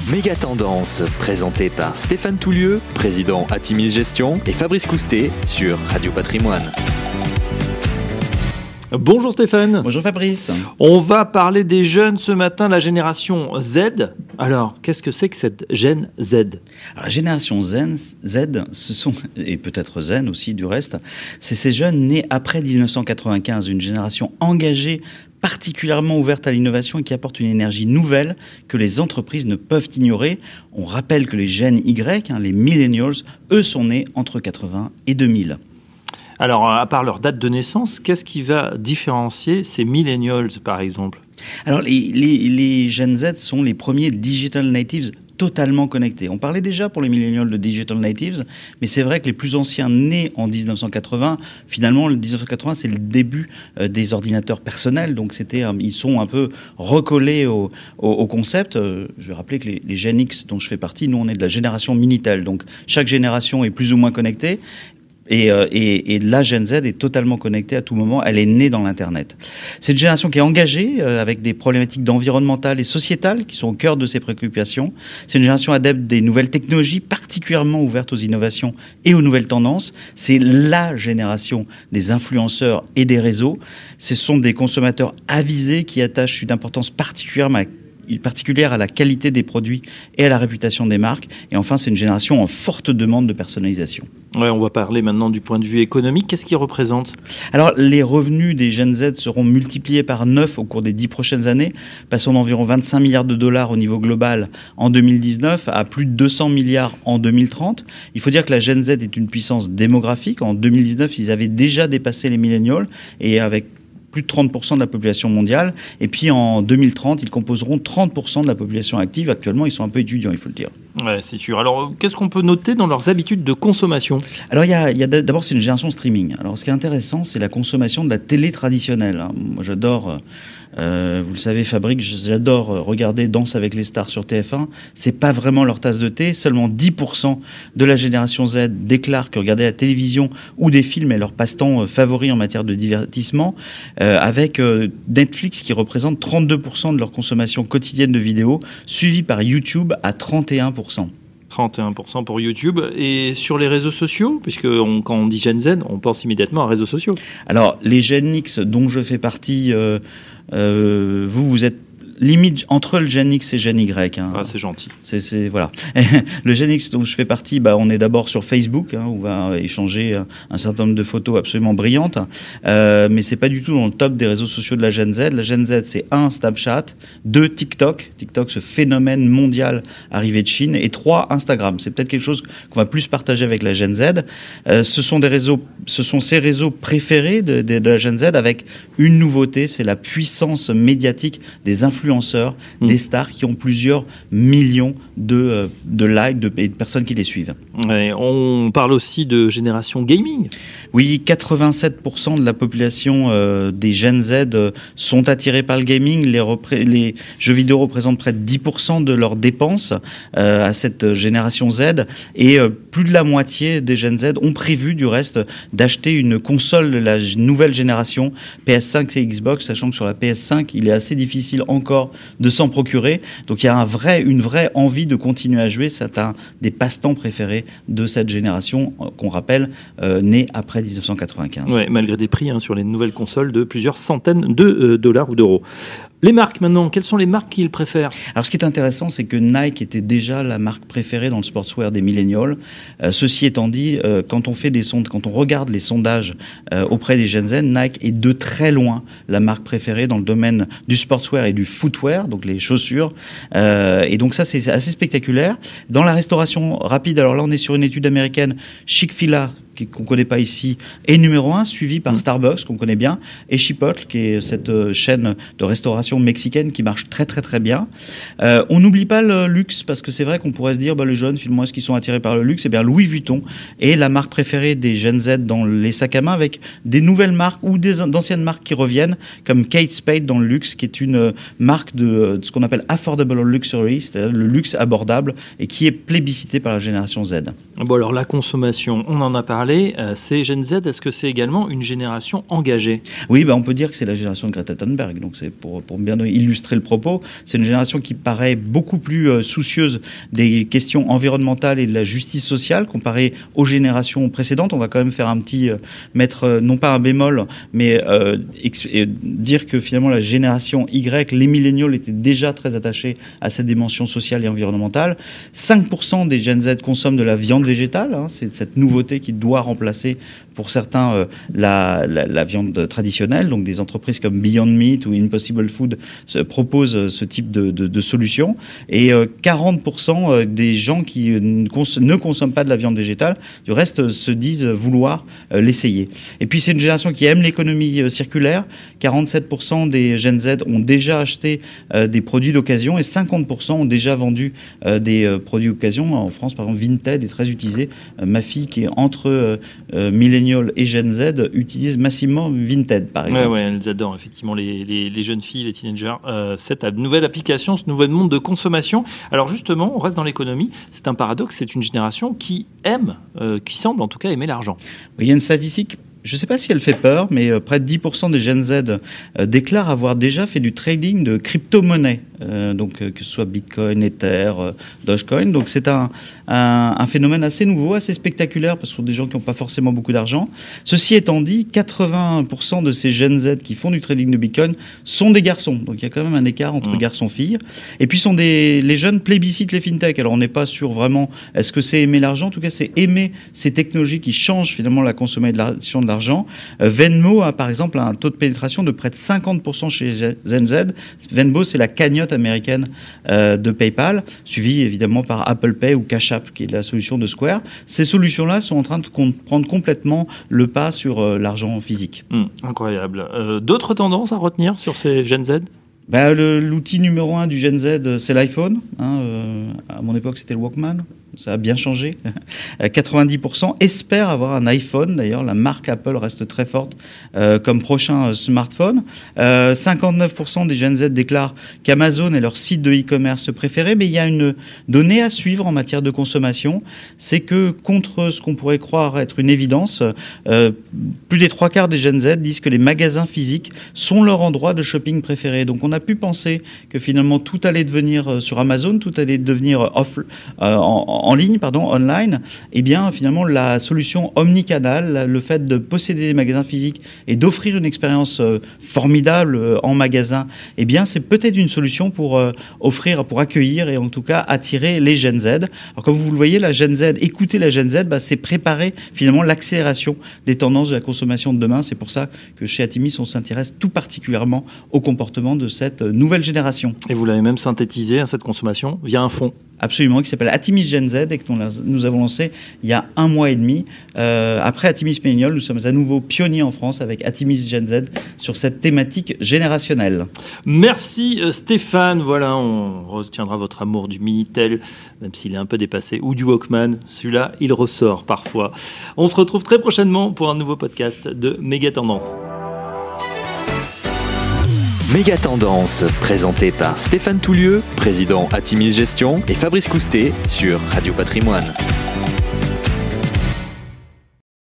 Méga Tendance, présenté par Stéphane Toulieu, président Atimis Gestion, et Fabrice Coustet sur Radio Patrimoine. Bonjour Stéphane. Bonjour Fabrice. On va parler des jeunes ce matin, la génération Z. Alors, qu'est-ce que c'est que cette Gen Z ? Alors, la génération Z, ce sont, et peut-être Zen aussi du reste, c'est ces jeunes nés après 1995, une génération engagée, particulièrement ouverte à l'innovation et qui apporte une énergie nouvelle que les entreprises ne peuvent ignorer. On rappelle que les Gen Y, les millennials, eux sont nés entre 80 et 2000. Alors, à part leur date de naissance, qu'est-ce qui va différencier ces millennials, par exemple ? Alors, les Gen Z sont les premiers digital natives totalement connectés. On parlait déjà pour les millennials de digital natives, mais c'est vrai que les plus anciens nés en 1980, finalement, le 1980, c'est le début des ordinateurs personnels, donc ils sont un peu recollés au concept. Je vais rappeler que les Gen X dont je fais partie, nous, on est de la génération Minitel, donc chaque génération est plus ou moins connectée. Et la Gen Z est totalement connectée à tout moment. Elle est née dans l'Internet. C'est une génération qui est engagée avec des problématiques environnementales et sociétales qui sont au cœur de ses préoccupations. C'est une génération adepte des nouvelles technologies, particulièrement ouverte aux innovations et aux nouvelles tendances. C'est la génération des influenceurs et des réseaux. Ce sont des consommateurs avisés qui attachent une importance particulière à la qualité des produits et à la réputation des marques. Et enfin, c'est une génération en forte demande de personnalisation. Ouais, on va parler maintenant du point de vue économique. Qu'est-ce qu'ils représentent ? Alors, les revenus des Gen Z seront multipliés par 9 au cours des 10 prochaines années, passant d'environ 25 milliards de dollars au niveau global en 2019 à plus de 200 milliards en 2030. Il faut dire que la Gen Z est une puissance démographique. En 2019, ils avaient déjà dépassé les millennials et avec plus de 30% de la population mondiale. Et puis en 2030, ils composeront 30% de la population active. Actuellement, ils sont un peu étudiants, il faut le dire. Ouais, c'est sûr. Alors, qu'est-ce qu'on peut noter dans leurs habitudes de consommation ? Alors, d'abord, c'est une génération streaming. Alors, ce qui est intéressant, c'est la consommation de la télé traditionnelle. Moi, j'adore... vous le savez, Fabrice, j'adore regarder Danse avec les stars sur TF1. C'est pas vraiment leur tasse de thé. Seulement 10% de la génération Z déclarent que regarder la télévision ou des films est leur passe-temps favori en matière de divertissement, avec Netflix qui représente 32% de leur consommation quotidienne de vidéos, suivi par YouTube à 31%. 31% pour YouTube. Et sur les réseaux sociaux, puisque quand on dit Gen Z, on pense immédiatement à réseaux sociaux. Alors, les Gen X dont je fais partie, vous êtes limite entre le Gen X et Gen Y. Ah, c'est gentil. Voilà. Le Gen X dont je fais partie, on est d'abord sur Facebook, où on va échanger un certain nombre de photos absolument brillantes. Mais c'est pas du tout dans le top des réseaux sociaux de la Gen Z. La Gen Z, c'est 1, Snapchat, 2, TikTok, ce phénomène mondial arrivé de Chine, et 3, Instagram. C'est peut-être quelque chose qu'on va plus partager avec la Gen Z. Ce sont ces réseaux préférés de la Gen Z avec une nouveauté, c'est la puissance médiatique des influenceurs, des stars qui ont plusieurs millions de likes et de personnes qui les suivent. Ouais, on parle aussi de génération gaming. Oui, 87% de la population des Gen Z sont attirés par le gaming. Les jeux vidéo représentent près de 10% de leurs dépenses à cette génération Z. Et plus de la moitié des Gen Z ont prévu, du reste, d'acheter une console de la nouvelle génération, PS5 et Xbox, sachant que sur la PS5, il est assez difficile encore de s'en procurer. Donc il y a une vraie envie de continuer à jouer. C'est un des passe-temps préférés de cette génération, qu'on rappelle, née après 1995. Ouais, malgré des prix sur les nouvelles consoles de plusieurs centaines de dollars ou d'euros. Les marques maintenant, quelles sont les marques qu'ils préfèrent ? Alors ce qui est intéressant, c'est que Nike était déjà la marque préférée dans le sportswear des millennials. Ceci étant dit, quand on regarde les sondages auprès des Gen Z, Nike est de très loin la marque préférée dans le domaine du sportswear et du footwear, donc les chaussures. Et donc ça, c'est assez spectaculaire. Dans la restauration rapide, alors là, on est sur une étude américaine, Chick-fil-A, qu'on ne connaît pas ici, est numéro 1, suivi par Starbucks, qu'on connaît bien, et Chipotle, qui est cette chaîne de restauration mexicaine qui marche très très très bien. On n'oublie pas le luxe, parce que c'est vrai qu'on pourrait se dire, les jeunes, finalement, est-ce qu'ils sont attirés par le luxe ? Eh bien, Louis Vuitton est la marque préférée des Gen Z dans les sacs à main, avec des nouvelles marques ou d'anciennes marques qui reviennent, comme Kate Spade dans le luxe, qui est une marque de ce qu'on appelle affordable luxury, c'est-à-dire le luxe abordable, et qui est plébiscité par la génération Z. Bon, alors la consommation, on en a parlé. parlé, c'est Gen Z. Est-ce que c'est également une génération engagée ? Oui, on peut dire que c'est la génération de Greta Thunberg. Donc c'est pour bien illustrer le propos. C'est une génération qui paraît beaucoup plus soucieuse des questions environnementales et de la justice sociale comparée aux générations précédentes. On va quand même faire un petit mettre non pas un bémol, mais dire que finalement la génération Y, les milléniaux, étaient déjà très attachés à cette dimension sociale et environnementale. 5% des Gen Z consomment de la viande végétale. C'est cette nouveauté qui doit remplacer pour certains la viande traditionnelle. Donc des entreprises comme Beyond Meat ou Impossible Food proposent ce type de solution. Et 40% des gens qui ne consomment pas de la viande végétale, du reste, se disent vouloir l'essayer. Et puis c'est une génération qui aime l'économie circulaire. 47% des Gen Z ont déjà acheté des produits d'occasion et 50% ont déjà vendu des produits d'occasion. En France, par exemple, Vinted est très utilisé. Ma fille, qui est entre milléniaux et Gen Z, utilise massivement Vinted, par exemple. Oui, elles adorent effectivement les jeunes filles, les teenagers, cette nouvelle application, ce nouvel monde de consommation. Alors justement, on reste dans l'économie. C'est un paradoxe, c'est une génération qui aime, qui semble en tout cas aimer l'argent. Il y a une statistique. Je ne sais pas si elle fait peur, mais près de 10% des Gen Z déclarent avoir déjà fait du trading de crypto-monnaies, donc que ce soit Bitcoin, Ether, Dogecoin. Donc c'est un phénomène assez nouveau, assez spectaculaire, parce que ce sont des gens qui n'ont pas forcément beaucoup d'argent. Ceci étant dit, 80% de ces Gen Z qui font du trading de Bitcoin sont des garçons. Donc il y a quand même un écart entre garçons-filles. Et puis les jeunes plébiscitent les fintechs. Alors on n'est pas sûr vraiment, est-ce que c'est aimer l'argent ? En tout cas, c'est aimer ces technologies qui changent finalement la consommation de l'argent. Venmo a par exemple un taux de pénétration de près de 50% chez Gen Z. Venmo, c'est la cagnotte américaine de PayPal, suivie évidemment par Apple Pay ou Cash App, qui est la solution de Square. Ces solutions-là sont en train de prendre complètement le pas sur l'argent physique. Incroyable. D'autres tendances à retenir sur ces Gen Z ? L'outil numéro 1 du Gen Z, c'est l'iPhone. À mon époque, c'était le Walkman. Ça a bien changé. 90% espèrent avoir un iPhone. D'ailleurs, la marque Apple reste très forte comme prochain smartphone. 59% des Gen Z déclarent qu'Amazon est leur site de e-commerce préféré. Mais il y a une donnée à suivre en matière de consommation. C'est que, contre ce qu'on pourrait croire être une évidence, plus des 3/4 des Gen Z disent que les magasins physiques sont leur endroit de shopping préféré. Donc, on a pu penser que finalement, tout allait devenir sur Amazon, tout allait devenir online, et bien finalement la solution omnicanal, le fait de posséder des magasins physiques et d'offrir une expérience formidable en magasin, et bien c'est peut-être une solution pour accueillir et en tout cas attirer les Gen Z. Alors comme vous le voyez, écouter la Gen Z, c'est préparer finalement l'accélération des tendances de la consommation de demain. C'est pour ça que chez Atimis, on s'intéresse tout particulièrement au comportement de cette nouvelle génération. Et vous l'avez même synthétisé, cette consommation, via un fonds. Absolument, qui s'appelle Atimis Gen Z et que nous avons lancé il y a 1 mois et demi. Après Atimis Millennial, nous sommes à nouveau pionniers en France avec Atimis Gen Z sur cette thématique générationnelle. Merci Stéphane. Voilà, on retiendra votre amour du Minitel, même s'il est un peu dépassé, ou du Walkman. Celui-là, il ressort parfois. On se retrouve très prochainement pour un nouveau podcast de Méga Tendance. Méga Tendance, présenté par Stéphane Toulieu, président Atimis Gestion, et Fabrice Coustet sur Radio Patrimoine.